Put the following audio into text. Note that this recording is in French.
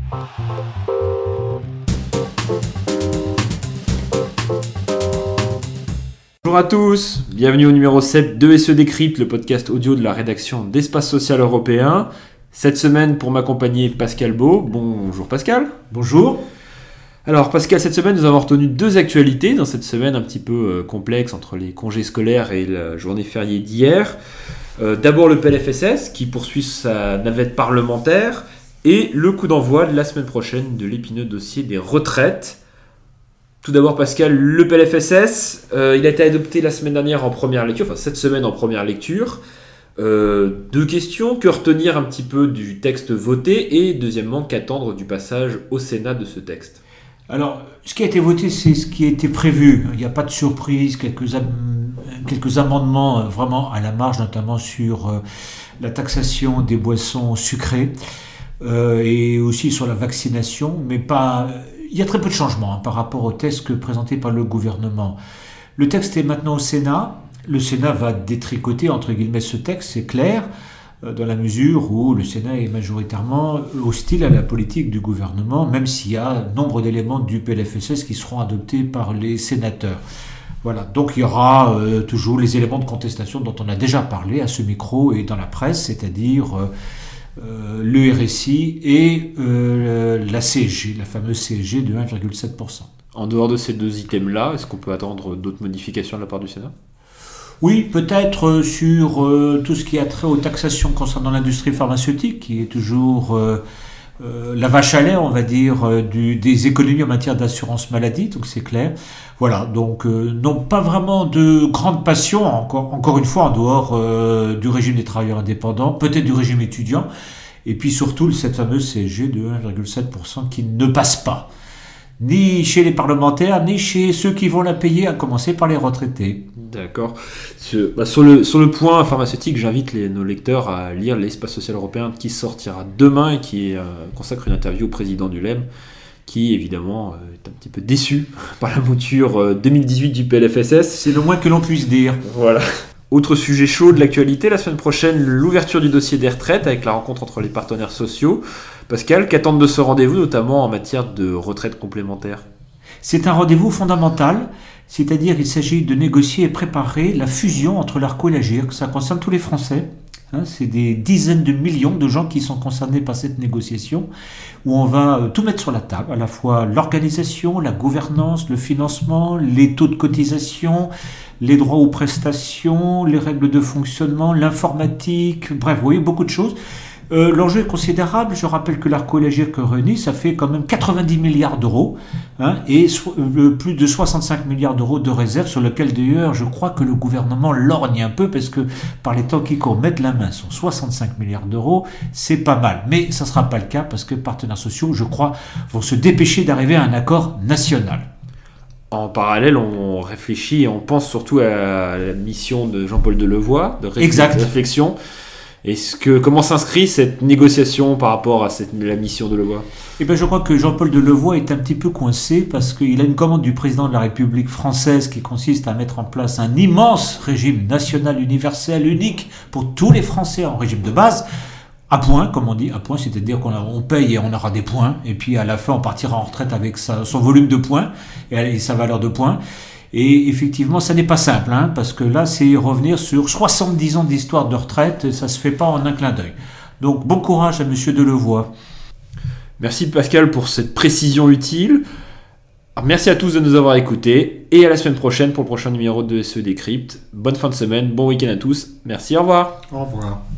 Bonjour à tous, bienvenue au numéro 7 de SE Décrypte, le podcast audio de la rédaction d'Espace Social Européen. Cette semaine, pour m'accompagner, Pascal Beau. Bonjour Pascal. Bonjour. Alors Pascal, cette semaine, nous avons retenu deux actualités dans cette semaine un petit peu complexe entre les congés scolaires et la journée fériée d'hier. D'abord le PLFSS qui poursuit sa navette parlementaire et le coup d'envoi de la semaine prochaine de l'épineux dossier des retraites. Tout d'abord Pascal, le PLFSS, il a été adopté la semaine dernière en première lecture, enfin cette semaine en première lecture. Deux questions, que retenir un petit peu du texte voté et deuxièmement, qu'attendre du passage au Sénat de ce texte? Alors, ce qui a été voté, c'est ce qui a été prévu. Il n'y a pas de surprise, quelques amendements vraiment à la marge, notamment sur la taxation des boissons sucrées et aussi sur la vaccination, mais pas... Il y a très peu de changements par rapport au texte présenté par le gouvernement. Le texte est maintenant au Sénat. Le Sénat va détricoter, entre guillemets, ce texte, c'est clair, dans la mesure où le Sénat est majoritairement hostile à la politique du gouvernement, même s'il y a nombre d'éléments du PLFSS qui seront adoptés par les sénateurs. Voilà, donc il y aura toujours les éléments de contestation dont on a déjà parlé à ce micro et dans la presse, c'est-à-dire le RSI et la CSG, la fameuse CSG de 1,7%. En dehors de ces deux items-là, est-ce qu'on peut attendre d'autres modifications de la part du Sénat ? Oui, peut-être sur tout ce qui a trait aux taxations concernant l'industrie pharmaceutique, qui est toujours la vache à lait, on va dire, des économies en matière d'assurance maladie, donc c'est clair. Voilà, donc non, pas vraiment de grande passion, encore une fois, en dehors du régime des travailleurs indépendants, peut-être du régime étudiant, et puis surtout cette fameuse CSG de 1,7% qui ne passe pas, ni chez les parlementaires, ni chez ceux qui vont la payer, à commencer par les retraités. D'accord. Sur le point pharmaceutique, j'invite nos lecteurs à lire l'Espace Social Européen qui sortira demain et qui consacre une interview au président du LEM, qui évidemment est un petit peu déçu par la mouture 2018 du PLFSS. C'est le moins que l'on puisse dire. Voilà. Autre sujet chaud de l'actualité, la semaine prochaine, l'ouverture du dossier des retraites avec la rencontre entre les partenaires sociaux. Pascal, qu'attendre de ce rendez-vous, notamment en matière de retraite complémentaire ? C'est un rendez-vous fondamental, c'est-à-dire qu'il s'agit de négocier et préparer la fusion entre l'ARCO et l'AGIRC. Ça concerne tous les Français. C'est des dizaines de millions de gens qui sont concernés par cette négociation, où on va tout mettre sur la table, à la fois l'organisation, la gouvernance, le financement, les taux de cotisation, les droits aux prestations, les règles de fonctionnement, l'informatique, bref, vous voyez, beaucoup de choses. L'enjeu est considérable. Je rappelle que l'ARCO et l'AGIRC réunis, ça fait quand même 90 milliards d'euros et plus de 65 milliards d'euros de réserves sur lesquels d'ailleurs je crois que le gouvernement lorgne un peu parce que par les temps qui courent, mettre la main sur 65 milliards d'euros, c'est pas mal. Mais ça ne sera pas le cas parce que les partenaires sociaux, je crois, vont se dépêcher d'arriver à un accord national. En parallèle, on réfléchit et on pense surtout à la mission de Jean-Paul Delevoye, de réflexion. Comment s'inscrit cette négociation par rapport à la mission de Delevoye ? Je crois que Jean-Paul Delevoye est un petit peu coincé parce qu'il a une commande du président de la République française qui consiste à mettre en place un immense régime national universel unique pour tous les Français en régime de base. À point, comme on dit, à point, c'est-à-dire qu'on paye et on aura des points, et puis à la fin on partira en retraite avec son volume de points et sa valeur de points. Et effectivement, ça n'est pas simple, parce que là, c'est revenir sur 70 ans d'histoire de retraite, et ça ne se fait pas en un clin d'œil. Donc, bon courage à M. Delevoye. Merci Pascal pour cette précision utile. Alors, merci à tous de nous avoir écoutés, et à la semaine prochaine pour le prochain numéro de SE Décrypte. Bonne fin de semaine, bon week-end à tous. Merci, au revoir. Au revoir.